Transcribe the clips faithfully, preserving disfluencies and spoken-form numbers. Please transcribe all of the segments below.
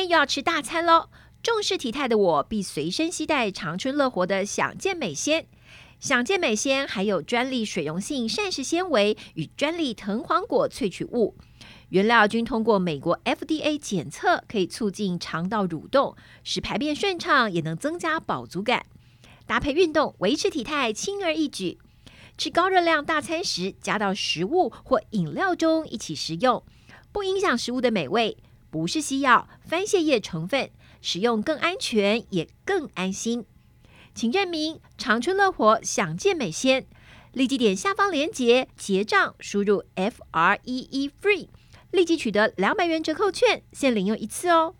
又要吃大餐咯，重视体态的我必随身携带长春乐活的享健美鲜。享健美鲜含有专利水溶性膳食纤维与专利藤黄果萃取物，原料均通过美国 F D A 检测，可以促进肠道蠕动，使排便顺畅，也能增加饱足感。搭配运动，维持体态轻而易举。吃高热量大餐时，加到食物或饮料中一起食用，不影响食物的美味。不是西药，番泻叶成分，使用更安全也更安心。请认明长春乐活享健美鲜，立即点下方链接结账，输入 F R E E FREE， 立即取得两百元折扣券，限领用一次哦。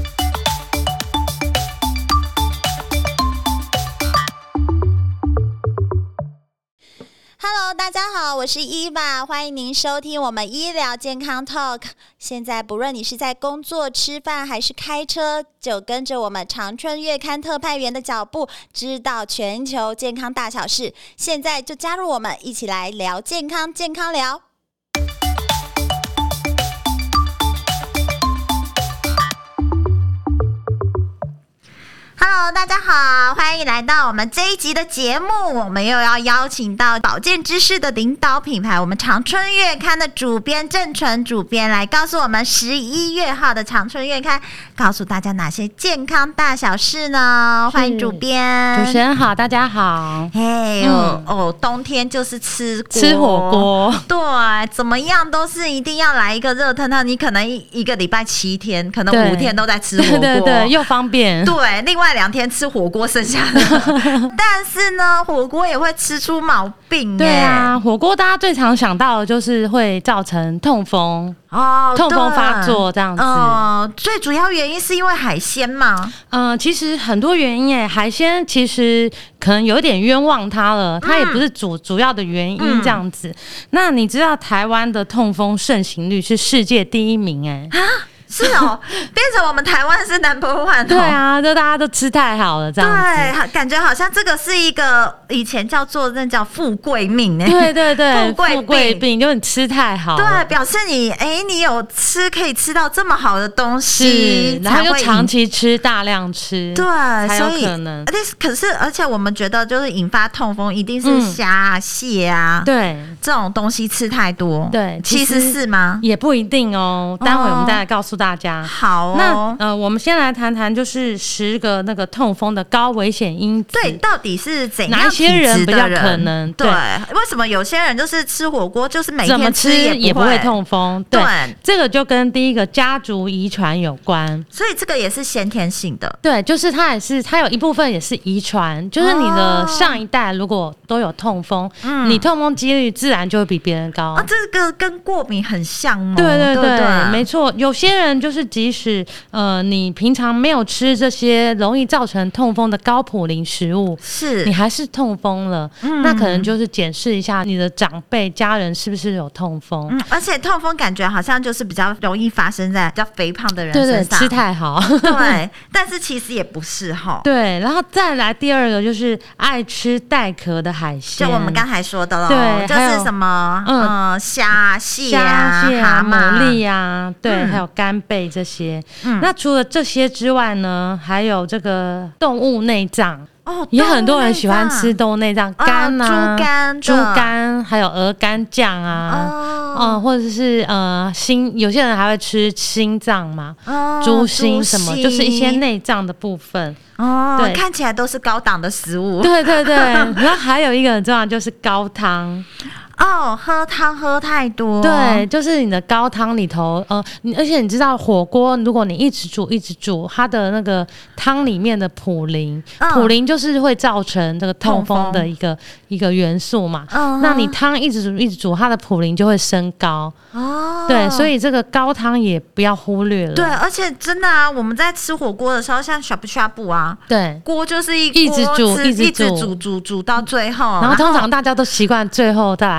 Hello， 大家好，我是伊娃，欢迎您收听我们医疗健康 Talk。现在不论你是在工作、吃饭还是开车，就跟着我们长春月刊特派员的脚步，知道全球健康大小事。现在就加入我们，一起来聊健康，健康聊。Hello， 大家好，欢迎来到我们这一集的节目。我们又要邀请到保健知识的领导品牌，我们长春月刊的主编郑纯主编来告诉我们十一月号的长春月刊，告诉大家哪些健康大小事呢？欢迎主编。 主持人好，大家好。 嘿、嗯、哦, 哦，冬天就是吃锅吃火锅， 对，怎么样都是一定要来一个热腾腾。你可能 一, 一个礼拜七天，可能五天都在吃火锅， 对对对，又方便。 对，另外两天吃火锅剩下的，但是呢，火锅也会吃出毛病。 对啊，火锅大家最常想到的就是会造成痛风。 哦， 痛风发作这样子。 呃，最主要原因是因为海鲜嘛？ 呃，其实很多原因耶，海鲜其实可能有点冤枉它了，它也不是主、嗯、主要的原因这样子、嗯。那你知道台湾的痛风盛行率是世界第一名哎？ 是哦，变成我们台湾是 number one、哦。 对啊，就大家都吃太好了这样子。 对，感觉好像这个是一个以前叫做那叫富贵命哎。 对对对， 富贵病，富贵病就是你吃太好了。 对，表示你哎，你有吃可以吃到这么好的东西， 然后又长期吃大量吃， 对， 才有可能。 而且可是而且我们觉得就是引发痛风一定是虾啊、蟹啊， 对这种东西吃太多。 对， 其实是吗？ 也不一定哦。待会我们再来告诉大家。 好哦， 那呃，我们先来谈谈，就是十个那个痛风的高危险因子。 对，到底是怎样？ 哪一些人比较可能？ 对，为什么有些人就是吃火锅，就是每天吃也不 会, 也不会痛风？对， 对， 这个就跟第一个家族遗传有关。 所以这个也是先天性的。 对，就是它也是，它有一部分也是遗传，就是你的上一代如果都有痛风，哦、你痛风几率自然就会比别人高。 啊，这个跟过敏很像吗？ 对对 对, 对, 对， 没错。有些人就是。即使呃你平常没有吃这些容易造成痛风的高普林食物， 是你还是痛风了、嗯，那可能就是检视一下你的长辈家人是不是有痛风。 嗯，而且痛风感觉好像就是比较容易发生在比较肥胖的人身上， 对对，吃太好， 对，但是其实也不是齁。 对，然后再来第二个就是爱吃带壳的海鲜， 就我们刚才说的咯， 对， 就是什么嗯虾、蟹啊、 虾、蟹啊、 蛤蛎啊，对、嗯，还有干贝这些、嗯。那除了这些之外呢，还有这个动物内脏。哦，也很多人喜欢吃动物内脏，肝啊， 猪肝、 猪肝，还有鹅肝酱啊，哦、嗯，或者是呃心，有些人还会吃心脏嘛，哦，猪心什么，就是一些内脏的部分。 哦，对，看起来都是高档的食物。 对对对，然后还有一个很重要就是高汤。 哦，喝汤喝太多， 对，就是你的高汤里头，呃，而且你知道火锅，如果你一直煮一直煮，它的那个汤里面的普林，嗯、普林就是会造成这个痛风的一个一个元素嘛。嗯，那你汤一直煮一直煮，它的普林就会升高。哦，对，所以这个高汤也不要忽略了。 对，而且真的啊，我们在吃火锅的时候，像 shabu shabu 啊， 对， 锅就是一一直煮一直煮一直煮煮煮到最后， 然后通常大家都习惯最后再来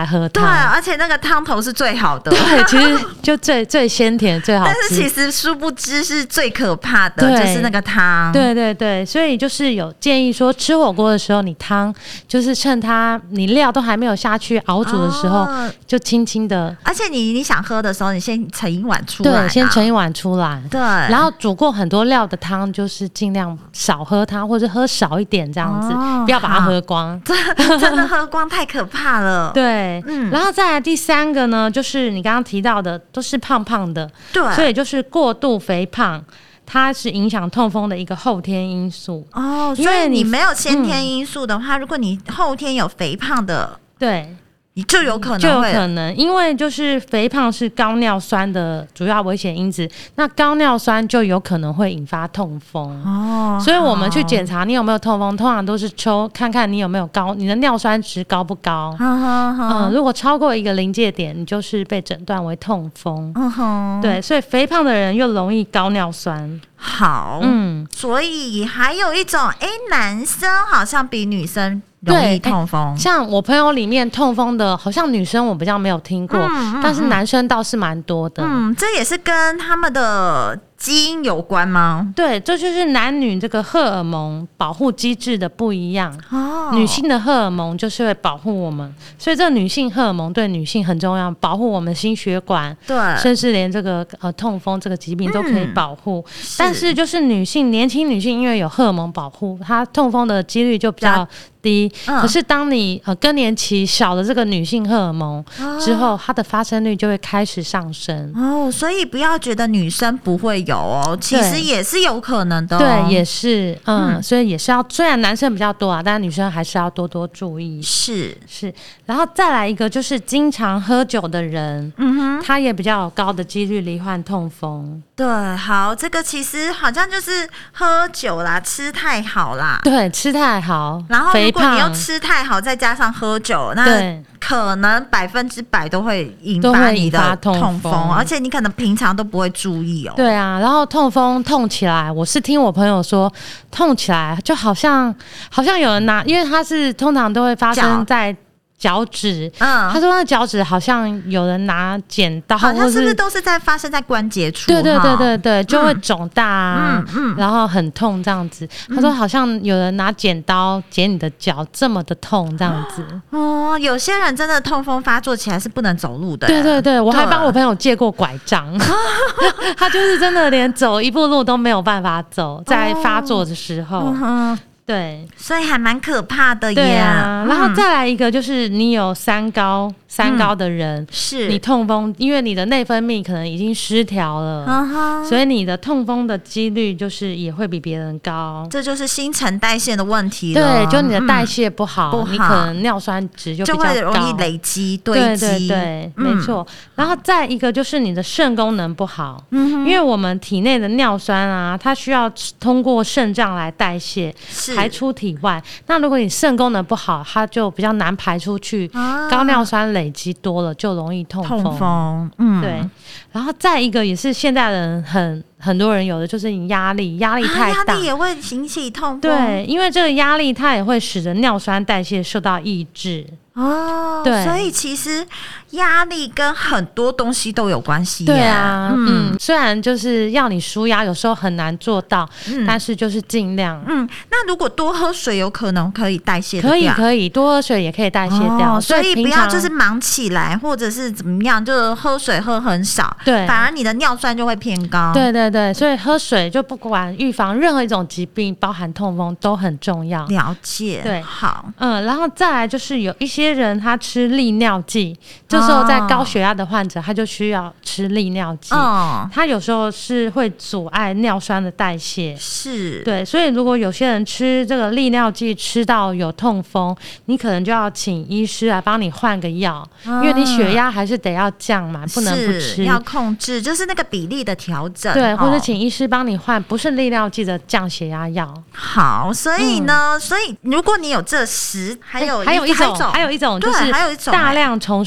喝汤。 对，而且那个汤头是最好的。 对，其实就最最鲜甜最好吃。 但是其实殊不知是最可怕的，就是那个汤。 对对对，所以就是有建议说，吃火锅的时候，你汤就是趁它你料都还没有下去熬煮的时候，哦、就轻轻的。 而且你你想喝的时候，你先盛一碗出来、啊。 对，先盛一碗出来。 对， 然后煮过很多料的汤，就是尽量少喝汤，或者喝少一点这样子，哦、不要把它喝光。 真的喝光太可怕了。 对，嗯。然后再来第三个呢，就是你刚刚提到的，都是胖胖的。 对， 所以就是过度肥胖。它是影响痛风的一个后天因素哦，所以你没有先天因素的话，嗯、如果你后天有肥胖的， 对， 你就有可能会， 就有可能，因为就是肥胖是高尿酸的主要危险因子，那高尿酸就有可能会引发痛风哦。所以我们去检查你有没有痛风，通常都是抽看看你有没有高，你的尿酸值高不高。嗯，如果超过一个临界点，你就是被诊断为痛风。嗯，对，所以肥胖的人又容易高尿酸。 好，嗯，所以还有一种，哎，男生好像比女生容易痛风。 像我朋友里面痛风的，好像女生我比较没有听过，嗯嗯、但是男生倒是蛮多的。 嗯，这也是跟他们的基因有关吗？ 对，这就是男女这个荷尔蒙保护机制的不一样。哦，女性的荷尔蒙就是会保护我们，所以这个女性荷尔蒙对女性很重要，保护我们心血管， 对， 甚至连这个呃痛风这个疾病都可以保护。嗯、但是就是女性，年轻女性因为有荷尔蒙保护，她痛风的几率就比较低。嗯、可是当你呃更年期少了这个女性荷尔蒙之后，哦、它的发生率就会开始上升。 哦，所以不要觉得女生不会有哦，其实也是有可能的、哦。 对，也是，嗯，嗯所以也是要，虽然男生比较多啊，但女生还是要多多注意。 是是，然后再来一个就是经常喝酒的人，嗯哼，他也比较有高的几率罹患痛风。 对，好，这个其实好像就是喝酒啦，吃太好啦， 对，吃太好， 然后如果你又吃太好，再加上喝酒，那可能百分之百都会引发你的痛风，而且你可能平常都不会注意哦。 对啊，然后痛风痛起来，我是听我朋友说，痛起来就好像好像有人拿，因为它是通常都会发生在脚趾，嗯，他说那脚趾好像有人拿剪刀， 好像是不是都是在发生在关节处？ 对对对对对，就会肿大啊，嗯嗯，然后很痛这样子。他说好像有人拿剪刀剪你的脚，这么的痛这样子。 哦，有些人真的痛风发作起来是不能走路的。 对对对，我还帮我朋友借过拐杖，他就是真的连走一步路都没有办法走，在发作的时候。哦嗯对， 所以还蛮可怕的耶。 对啊，然后再来一个就是你有三高，三高的人，嗯、 是你痛风，因为你的内分泌可能已经失调了，uh-huh. 所以你的痛风的几率就是也会比别人高。 这就是新陈代谢的问题了。 对，就你的代谢不好，嗯、不好你可能尿酸值就比较高， 就会容易累积堆积。 对对对，嗯、没错。然后再一个就是你的肾功能不好，嗯、因为我们体内的尿酸啊，它需要通过肾脏来代谢。是排出体外，那如果你肾功能不好，它就比较难排出去，啊、高尿酸累积多了就容易痛风。 痛风，嗯， 对。然后再一个也是现代人很很多人有的，就是你压力，压力太大， 啊、压力也会引起痛风。 对，因为这个压力它也会使得尿酸代谢受到抑制。 哦，对，所以其实压力跟很多东西都有关系。 对啊，嗯，嗯虽然就是要你舒压，有时候很难做到，嗯、但是就是尽量。 嗯，那如果多喝水，有可能可以代谢掉。 可以，可以多喝水也可以代谢掉。 哦、所以不要就是忙起来，或者是怎么样，就喝水喝很少， 对， 反而你的尿酸就会偏高。 对对对，所以喝水就不管预防任何一种疾病，包含痛风都很重要。 了解， 对， 好， 嗯，然后再来就是有一些人他吃利尿剂，这时候在高血压的患者，他就需要吃利尿剂。哦，他有时候是会阻碍尿酸的代谢， 是对，所以如果有些人吃这个利尿剂吃到有痛风，你可能就要请医师来帮你换个药，嗯、因为你血压还是得要降嘛，不能不吃， 要控制，就是那个比例的调整。 对，或者请医师帮你换不是利尿剂的降血压药。 好，所以呢，嗯、所以如果你有这十，还有还有一种，还有一种就是大量从事无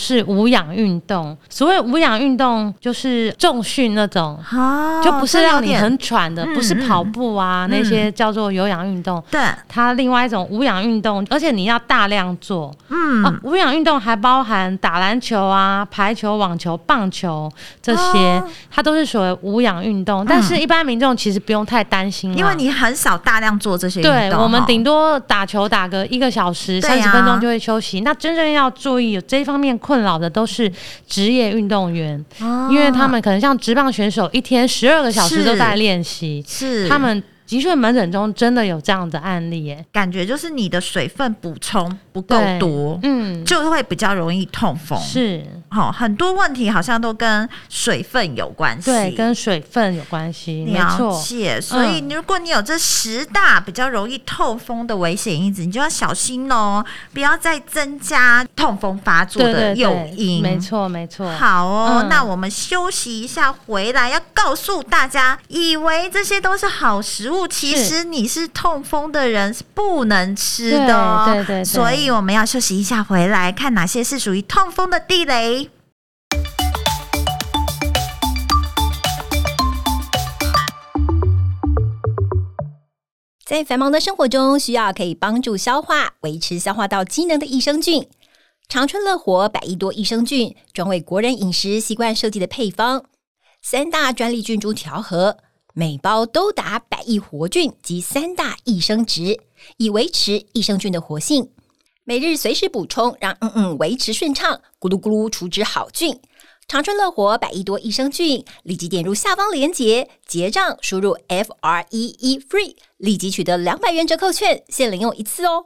无氧运动。所谓无氧运动，就是重训那种， 哦， 就不是让你很喘的，不是跑步啊、 嗯、 那些叫做有氧运动。 对， 它另外一种无氧运动，而且你要大量做。嗯，哦、无氧运动还包含打篮球啊、排球、网球、棒球这些，哦、它都是属于无氧运动。嗯、但是一般民众其实不用太担心， 因为你很少大量做这些运动。 对，我们顶多打球打个一个小时、三十分钟就会休息。那真正要注意有这一方面困扰的都是职业运动员，哦、因为他们可能像职棒选手，一天十二个小时都在练习， 是他们。的确，门诊中真的有这样的案例耶， 感觉就是你的水分补充不够多，嗯，就会比较容易痛风。 是， 好、哦，很多问题好像都跟水分有关系， 对，跟水分有关系，没错。 了解，所以如果你有这十大比较容易痛风的危险因子，你就要小心哦，不要再增加痛风发作的诱因。 没错，没错。 好哦、嗯，那我们休息一下，回来要告诉大家，以为这些都是好食物。其实你是痛风的人是不能吃的哦， 对对 对, 对， 所以我们要休息一下，回来看哪些是属于痛风的地雷。 在繁忙的生活中，需要可以帮助消化、维持消化道机能的益生菌。长春乐活百亿多益生菌，专为国人饮食习惯设计的配方，三大专利菌株调和。每包都达百亿活菌及三大益生值，以维持益生菌的活性。每日随时补充，让嗯嗯维持顺畅，咕噜咕噜除脂好菌。长春乐活百亿多益生菌，立即点入下方连结结账，输入 F R E E FREE， 立即取得两百元折扣券，限领用一次哦。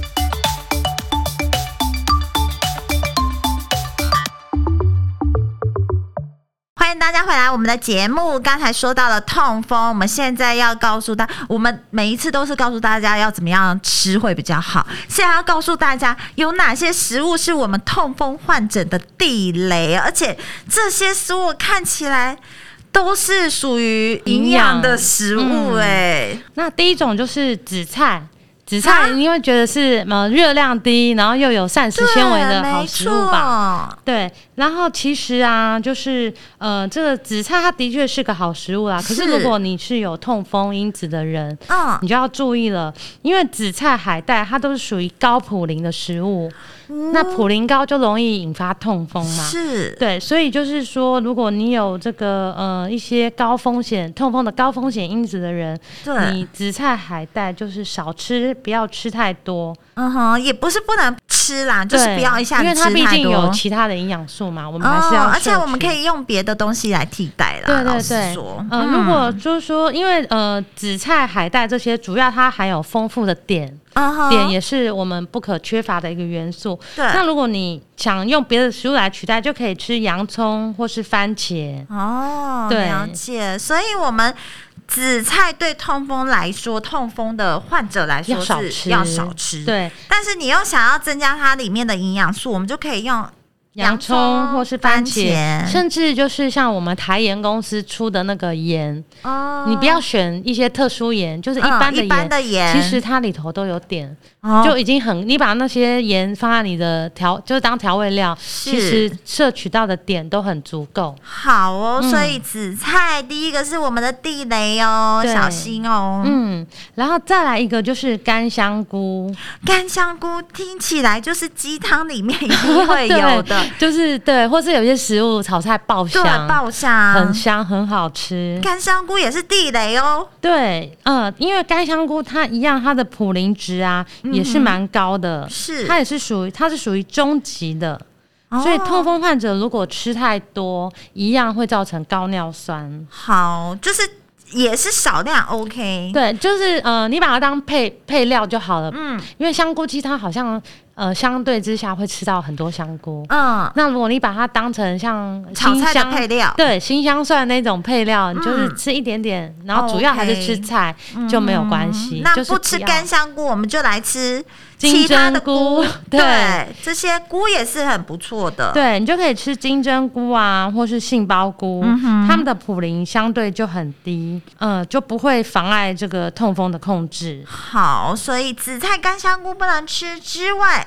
欢迎大家回来我们的节目。刚才说到了痛风，我们现在要告诉大家，我们每一次都是告诉大家要怎么样吃会比较好。现在要告诉大家有哪些食物是我们痛风患者的地雷，而且这些食物看起来都是属于营养的食物哎、嗯。 那第一种就是紫菜。紫菜你会觉得是呃热量低，然后又有膳食纤维的好食物吧？对，然后其实啊，就是呃这个紫菜它的确是个好食物啦。可是如果你是有痛风因子的人，嗯，你就要注意了，因为紫菜、海带它都是属于高普林的食物。嗯、那普林高就容易引发痛风嘛， 是对，所以就是说，如果你有这个呃一些高风险痛风的高风险因子的人，对，你紫菜、海带就是少吃，不要吃太多。 嗯哼，也不是不能吃啦，就是不要一下子吃太多， 因为它毕竟有其他的营养素嘛，我们还是要、哦， 而且我们可以用别的东西来替代啦。 对对对，嗯、呃，如果就是说，因为呃紫菜、海带这些，主要它含有丰富的碘。Uh-huh. 碘也是我们不可缺乏的一个元素。对，那如果你想用别的食物来取代，就可以吃洋葱或是番茄。 哦，了解。所以我们紫菜对痛风来说，痛风的患者来说是要少吃，要少吃。 对， 但是你又想要增加它里面的营养素，我们就可以用洋葱或是番茄，甚至就是像我们台盐公司出的那个盐，哦，你不要选一些特殊盐，就是一般的盐，嗯、一般的盐其实它里头都有碘，哦、就已经很，你把那些盐放在你的调，就是当调味料，其实摄取到的碘都很足够。 好哦，嗯、所以紫菜第一个是我们的地雷哦，小心哦。 嗯，然后再来一个就是干香菇， 干香菇听起来就是鸡汤里面一定会有的。 就是对，或是有些食物炒菜爆香， 对，爆香， 很香，很好吃。 干香菇也是地雷哦。 对，嗯，因为干香菇它一样，它的普林值啊、嗯、也是蛮高的， 是， 它也是属于，它是属于中级的。哦、所以痛风患者如果吃太多，一样会造成高尿酸。 好，就是也是少量 OK。 对，就是呃，你把它当配配料就好了。嗯，因为香菇鸡它好像。呃，相对之下会吃到很多香菇。嗯，那如果你把它当成像炒菜的配料， 对，辛香蒜那种配料，你就是吃一点点，嗯、然后主要还是吃菜、okay, 就没有关系。 嗯、那不吃干香菇，我们就来吃金针菇。 对，对，这些菇也是很不错的。 对，你就可以吃金针菇啊，或是杏鲍菇，嗯、它们的普林相对就很低，呃，就不会妨碍这个痛风的控制。 好，所以紫菜、干香菇不能吃之外。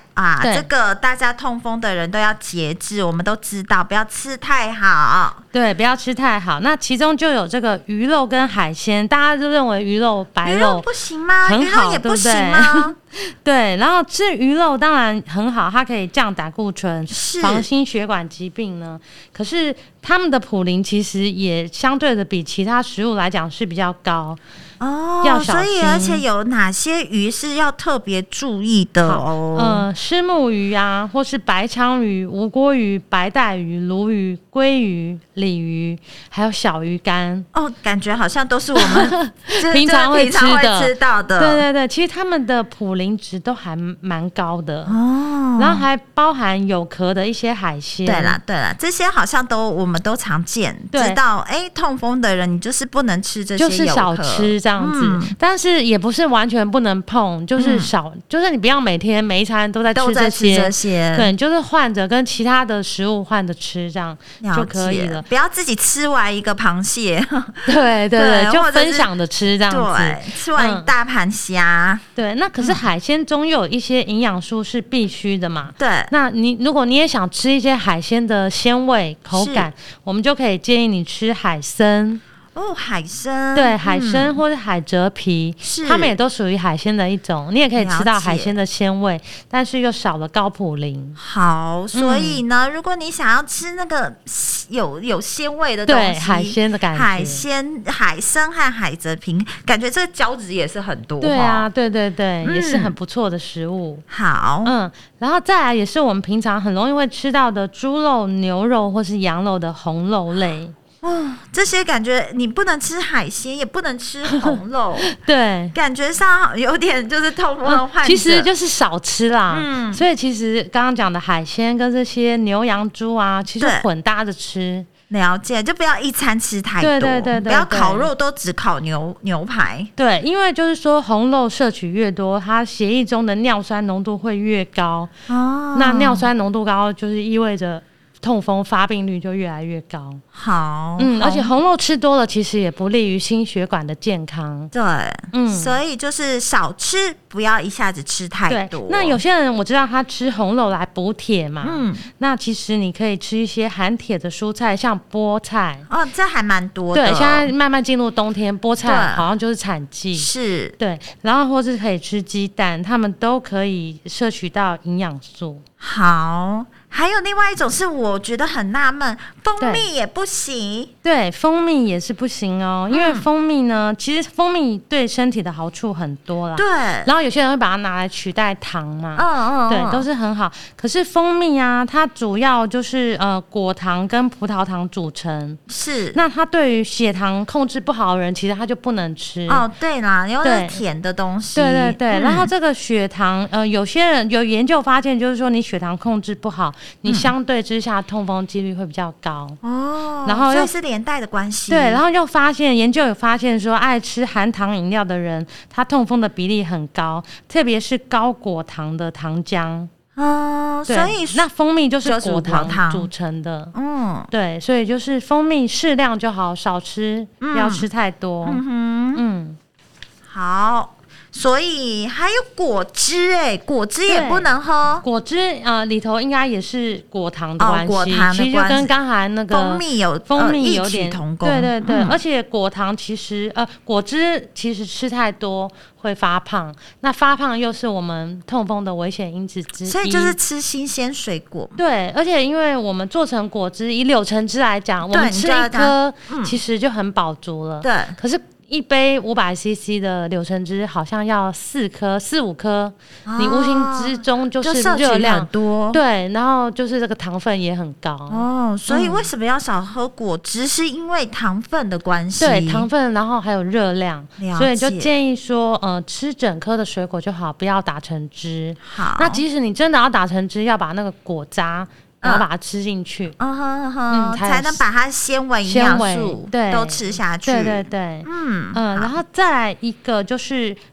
啊，这个大家痛风的人都要节制，我们都知道不要吃太好。 对，不要吃太好。那其中就有这个鱼肉跟海鲜，大家就认为鱼肉、白肉， 鱼肉不行吗？ 很好， 鱼肉也不行吗？ 对，然后吃鱼肉当然很好，它可以降胆固醇，防心血管疾病呢。可是它们的普林其实也相对的比其他食物来讲是比较高。 哦， 要小心。 所以而且有哪些鱼是要特别注意的哦？ 呃，虱目鱼啊，或是白鲳鱼、无锅鱼、白带鱼、鲈鱼、鲑鱼、鲤鱼，还有小鱼干。 哦，感觉好像都是我们平常会吃的、 平常会吃到的。 对对对，其实他们的普林值都还蛮高的哦，然后还包含有壳的一些海鲜。 对啦对啦，这些好像都我们都常见，知道哎，痛风的人你就是不能吃这些有壳， 就是少吃这样子、嗯，但是也不是完全不能碰，就是少，嗯、就是你不要每天每一餐都在吃这些， 这些对，就是换着跟其他的食物换着吃，这样就可以了。 不要自己吃完一个螃蟹， 对对 对, 对，就分享着吃这样子。 对，吃完一大盘虾、嗯。 对，那可是海鲜中又有一些营养素是必须的嘛。 对， 那你如果你也想吃一些海鲜的鲜味口感，我们就可以建议你吃海参。 哦，海参， 对，海参或者海蜇皮，嗯，它们也都属于海鲜的一种，你也可以吃到海鲜的鲜味，但是又少了高普林。 好，所以呢，嗯、如果你想要吃那个有有鲜味的东西， 对，海鲜的感觉， 海鲜、海参和海蜇皮，感觉这个胶质也是很多。 对啊，对对对， 嗯、 也是很不错的食物。 好， 嗯，然后再来也是我们平常很容易会吃到的猪肉、牛肉或是羊肉的红肉类。 哦，这些感觉你不能吃海鲜，也不能吃红肉， 对， 感觉上有点就是痛风的患者、嗯， 其实就是少吃啦。嗯，所以其实刚刚讲的海鲜跟这些牛羊猪啊，其实混搭着吃。 了解，就不要一餐吃太多， 对对 对, 对, 对， 不要烤肉都只烤牛牛排。 对，因为就是说红肉摄取越多，它血液中的尿酸浓度会越高。哦，那尿酸浓度高就是意味着痛风发病率就越来越高。 好， 嗯，而且红肉吃多了，其实也不利于心血管的健康。 对，嗯，所以就是少吃，不要一下子吃太多。 那有些人我知道他吃红肉来补铁嘛，嗯，那其实你可以吃一些含铁的蔬菜，像菠菜。 哦，这还蛮多的。 对，现在慢慢进入冬天，菠菜好像就是产季。 是， 对，然后或是可以吃鸡蛋，他们都可以摄取到营养素。 好，还有另外一种是我觉得很纳闷，蜂蜜也不行。 对，蜂蜜也是不行哦，因为蜂蜜呢，嗯、其实蜂蜜对身体的好处很多啦。 对， 然后有些人会把它拿来取代糖嘛， 嗯嗯， 对，都是很好。可是蜂蜜啊，它主要就是呃果糖跟葡萄糖组成， 是。 那它对于血糖控制不好的人，其实他就不能吃。 哦，对啦，因为是甜的东西。 对对对，嗯、然后这个血糖，呃，有些人有研究发现，就是说你血糖控制不好，你相对之下痛风几率会比较高。 哦， 然后所以是连带的关系。 对，然后又发现研究有发现说，爱吃含糖饮料的人，他痛风的比例很高，特别是高果糖的糖浆。 哦，所以那蜂蜜就是果糖组成的。嗯，对，所以就是蜂蜜适量就好，少吃，嗯、不要吃太多。嗯哼，嗯， 好。所以还有果汁哎、欸，果汁也不能喝。 果汁呃里头应该也是果糖的关系， 哦、果糖的其实就跟刚才那个蜂蜜有蜂蜜有点、 呃、异曲同工。 对对对、嗯，而且果糖其实呃果汁其实吃太多会发胖，那发胖又是我们痛风的危险因子之一。 所以就是吃新鲜水果。 对，而且因为我们做成果汁，以柳橙汁来讲，我们吃一颗其实就很饱足了。 对， 可是。一杯五百 C C 的柳橙汁好像要四颗、四五颗，哦、你无形之中就是热量很多， 对，然后就是这个糖分也很高哦。所以为什么要少喝果汁？嗯、是因为糖分的关系， 对，糖分，然后还有热量，所以就建议说，呃，吃整颗的水果就好，不要打成汁。 好， 那即使你真的要打成汁，要把那个果渣。然后把它吃进去， 嗯哼哼，才能把它纤维、营养素都吃下去。 对对对，嗯嗯，然后再来一个就是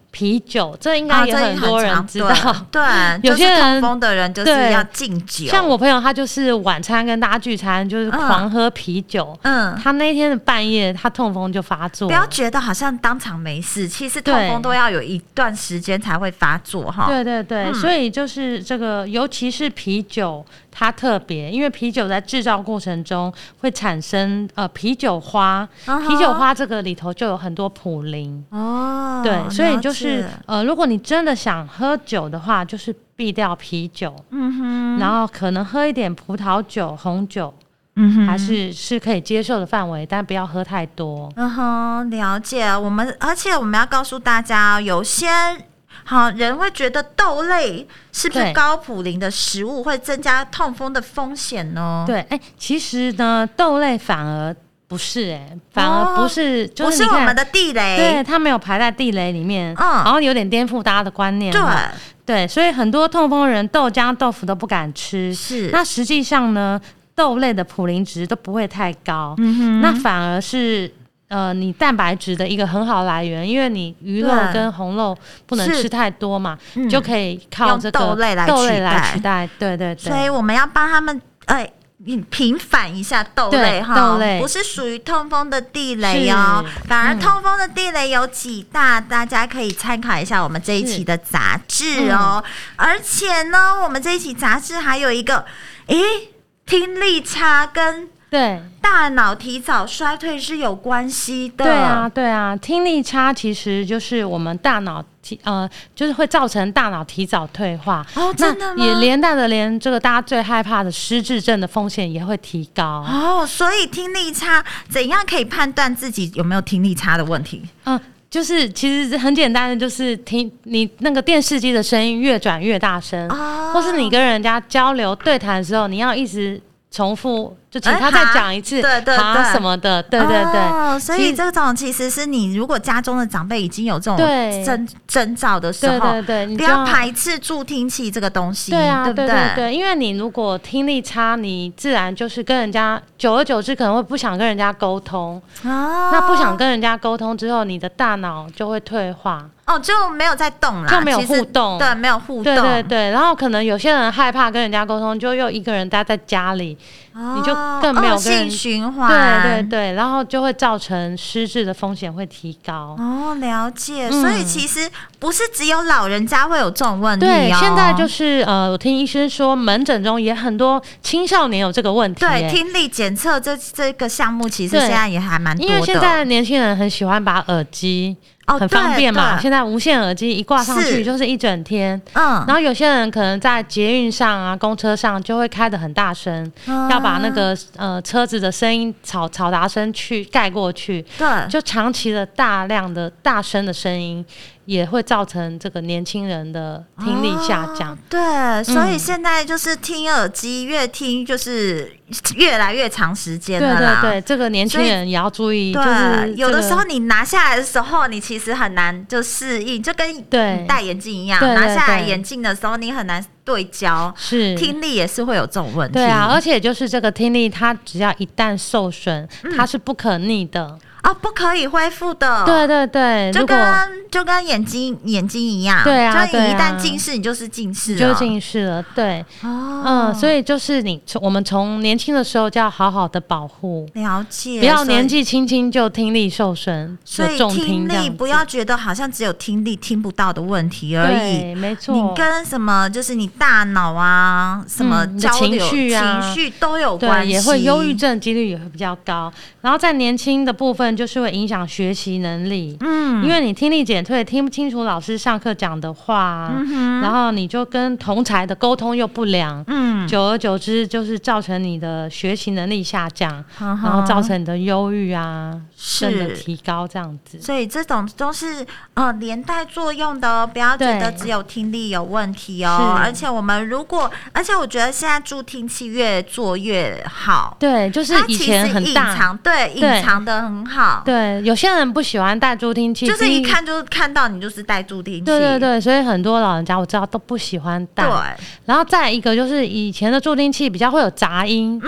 啤酒，这应该也很多人知道。 哦、对， 对有些人、 就是、痛风的人就是要禁酒。 像我朋友，他就是晚餐跟大家聚餐，就是狂喝啤酒。嗯，他那天的半夜，他痛风就发作。 不要觉得好像当场没事，其实痛风都要有一段时间才会发作哈。 对对对、嗯，所以就是这个，尤其是啤酒，它特别，因为啤酒在制造过程中会产生呃啤酒花，uh-huh. 啤酒花这个里头就有很多普林哦。对，所以就是呃，如果你真的想喝酒的话，就是避掉啤酒，嗯哼，然后可能喝一点葡萄酒、红酒，嗯哼，还是是可以接受的范围，但不要喝太多。 嗯哼，了解。我们而且我们要告诉大家，有些好人会觉得豆类是不是高普林的食物会增加痛风的风险呢？ 对，哎、欸，其实呢，豆类反而。不是哎、欸，反而不是，哦、就是不是我们的地雷， 对，它没有排在地雷里面，嗯，然后有点颠覆大家的观念， 对， 对，所以很多痛风人豆浆、豆腐都不敢吃， 是， 那实际上呢，豆类的普林值都不会太高，嗯哼，那反而是呃，你蛋白质的一个很好来源，因为你鱼肉跟红肉不能吃太多嘛，嗯、就可以靠这个豆类来豆类来取代，对对对， 所以我们要帮他们，哎、欸。平反一下豆类哈， 豆类不是属于痛风的地雷哦，反而痛风的地雷有几大、嗯，大家可以参考一下我们这一期的杂志哦、嗯。而且呢，我们这一期杂志还有一个，诶，听力差跟对大脑提早衰退是有关系的。 对啊，对啊，听力差其实就是我们大脑。呃，就是会造成大脑提早退化哦，真的吗？ 那也连带的连这个大家最害怕的失智症的风险也会提高哦。所以听力差怎样可以判断自己有没有听力差的问题？ 嗯，就是其实很简单的，就是听你那个电视机的声音越转越大声、哦，或是你跟人家交流对谈的时候，你要一直重复。就请他再讲一次， 欸、对对对， 什么的，对对对。 哦，所以这种其实是你如果家中的长辈已经有这种征征兆的时候， 对对对， 不要排斥助听器这个东西， 对啊， 对不对？ 对对对，因为你如果听力差，你自然就是跟人家久而久之可能会不想跟人家沟通，哦，那不想跟人家沟通之后，你的大脑就会退化。 哦，就没有在动啦， 就没有互动， 对，没有互动， 对对对。然后可能有些人害怕跟人家沟通，就又一个人待在家里，哦、你就更没有跟人恶性循环， 对对对，然后就会造成失智的风险会提高。 哦，了解。嗯、所以其实不是只有老人家会有这种问题、哦， 对，现在就是呃，我听医生说，门诊中也很多青少年有这个问题。 对，听力检测这这个项目，其实现在也还蛮多的， 因为现在的年轻人很喜欢把耳机。很方便嘛，哦、现在无线耳机一挂上去就是一整天。嗯，然后有些人可能在捷运上啊、公车上就会开得很大声、嗯，要把那个呃车子的声音嘈嘈杂声去盖过去。 对， 就长期的大量的大声的声音。也会造成这个年轻人的听力下降。哦、 对，所以现在就是听耳机，越听就是越来越长时间了啦。 对对对，这个年轻人也要注意。 对、 就是这个， 有的时候你拿下来的时候，你其实很难就适应，就跟你戴眼镜一样， 对对对对， 拿下来眼镜的时候你很难对焦， 是听力也是会有这种问题。 对啊，而且就是这个听力，它只要一旦受损、嗯，它是不可逆的。 哦，不可以恢复的。 对对对， 就跟就跟眼睛眼睛一样。 对啊， 就你一旦近视，你就是近视了， 就近视了。对，哦，嗯，所以就是你我们从年轻的时候就要好好的保护， 了解， 不要年纪轻轻就听力受损， 所以重听力不要觉得好像只有听力听不到的问题而已。 对，没错， 你跟什么就是你大脑啊，什么交流、 嗯、情绪啊、 情绪都有关系， 也会忧郁症几率也会比较高。然后在年轻的部分，就是会影响学习能力，嗯，因为你听力减退，听不清楚老师上课讲的话、嗯，然后你就跟同侪的沟通又不良，嗯，久而久之就是造成你的学习能力下降，嗯、然后造成你的忧郁啊，症的提高这样子。 所以这种都是呃连带作用的哦，不要觉得只有听力有问题哦。而且我们如果，而且我觉得现在助听器越做越好， 对，就是以前很大， 隐藏，对，隐藏的很好， 对，有些人不喜欢戴助听器， 就是一看就看到你就是戴助听器， 对对对，所以很多老人家我知道都不喜欢戴。 对， 然后再一个就是以前的助听器比较会有杂音，嗯。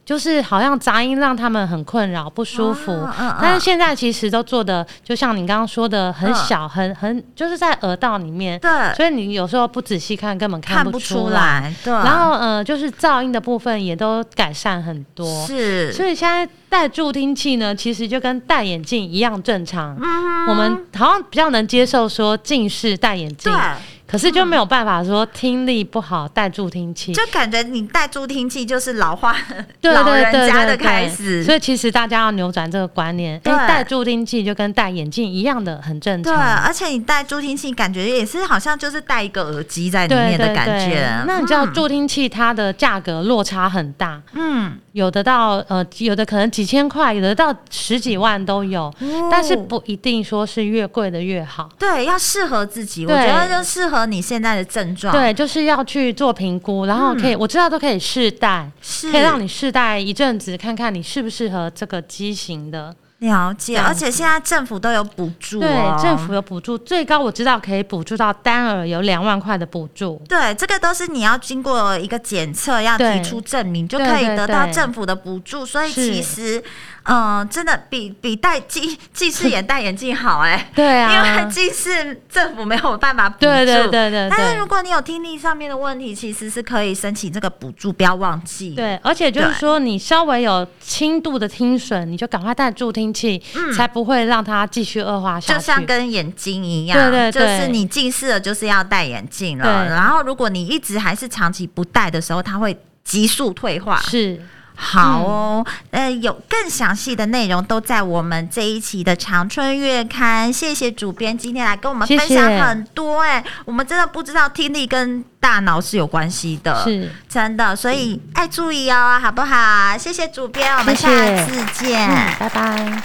就是好像杂音让他们很困扰不舒服、哦嗯嗯、但是现在其实都做的就像你刚刚说的很小、嗯、很很就是在耳道里面， 对， 所以你有时候不仔细看根本看不出来， 看不出来，对， 然后呃就是噪音的部分也都改善很多， 是， 所以现在戴助听器呢其实就跟戴眼镜一样正常、嗯、我们好像比较能接受说近视戴眼镜，对，可是就没有办法说听力不好戴助听器、嗯、 就感觉你戴助听器就是老化老人家的开始， 对对对对，所以其实大家要扭转这个观念，因为戴助听器就跟戴眼镜一样的很正常， 对，而且你戴助听器感觉也是好像就是戴一个耳机在里面的感觉，对对对， 那你知道助听器它的价格落差很大，嗯，有的到呃有的可能几千块，有的到十几万都有、哦、但是不一定说是越贵的越好， 对，要适合自己，我觉得就适合你现在的症状， 对，就是要去做评估，然后可以、嗯、我知道都可以试戴，可以让你试戴一阵子看看你适不适合这个机型的， 了解，而且现在政府都有补助、哦、 对，政府有补助，最高我知道可以补助到单耳有两万块的补助， 对，这个都是你要经过一个检测，要提出证明就可以得到政府的补助，所以其实嗯，真的比比戴近近视眼戴眼镜好哎、欸， 对啊， 因为近视政府没有办法补助， 对对对 对, 对， 但是如果你有听力上面的问题，其实是可以申请这个补助，不要忘记。 对，而且就是说你稍微有轻度的听损，你就赶快戴助听器、嗯，才不会让它继续恶化下去。 就像跟眼睛一样， 对对对， 就是你近视了，就是要戴眼镜了。然后如果你一直还是长期不戴的时候，它会急速退化。 是。 好哦、嗯，呃，有更详细的内容都在我们这一期的长春月刊。谢谢主编今天来跟我们分享很多、欸，哎，我们真的不知道听力跟大脑是有关系的， 是真的，所以爱注意哦，好不好？谢谢主编，我们下次见， 嗯、拜拜。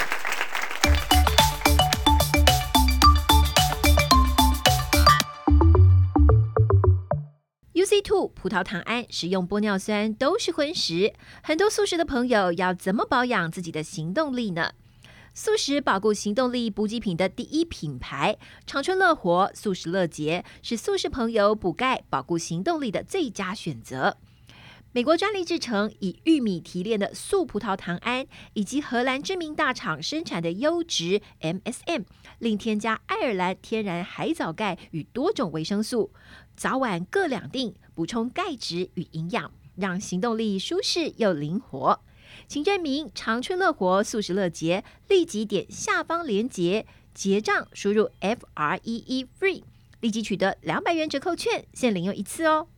U C 二 葡萄糖胺、食用玻尿酸都是荤食，很多素食的朋友要怎么保养自己的行动力呢？素食保固行动力补给品的第一品牌长春乐活素食乐捷是素食朋友补钙保固行动力的最佳选择。美国专利制成以玉米提炼的素葡萄糖胺，以及荷兰知名大厂生产的优质 M S M， 另添加爱尔兰天然海藻钙与多种维生素，早晚各两锭，补充钙质与营养，让行动力舒适又灵活。请认明长春乐活素食乐捷，立即点下方连结结账，输入 F R E E FREE， 立即取得两百元折扣券，限领用一次哦。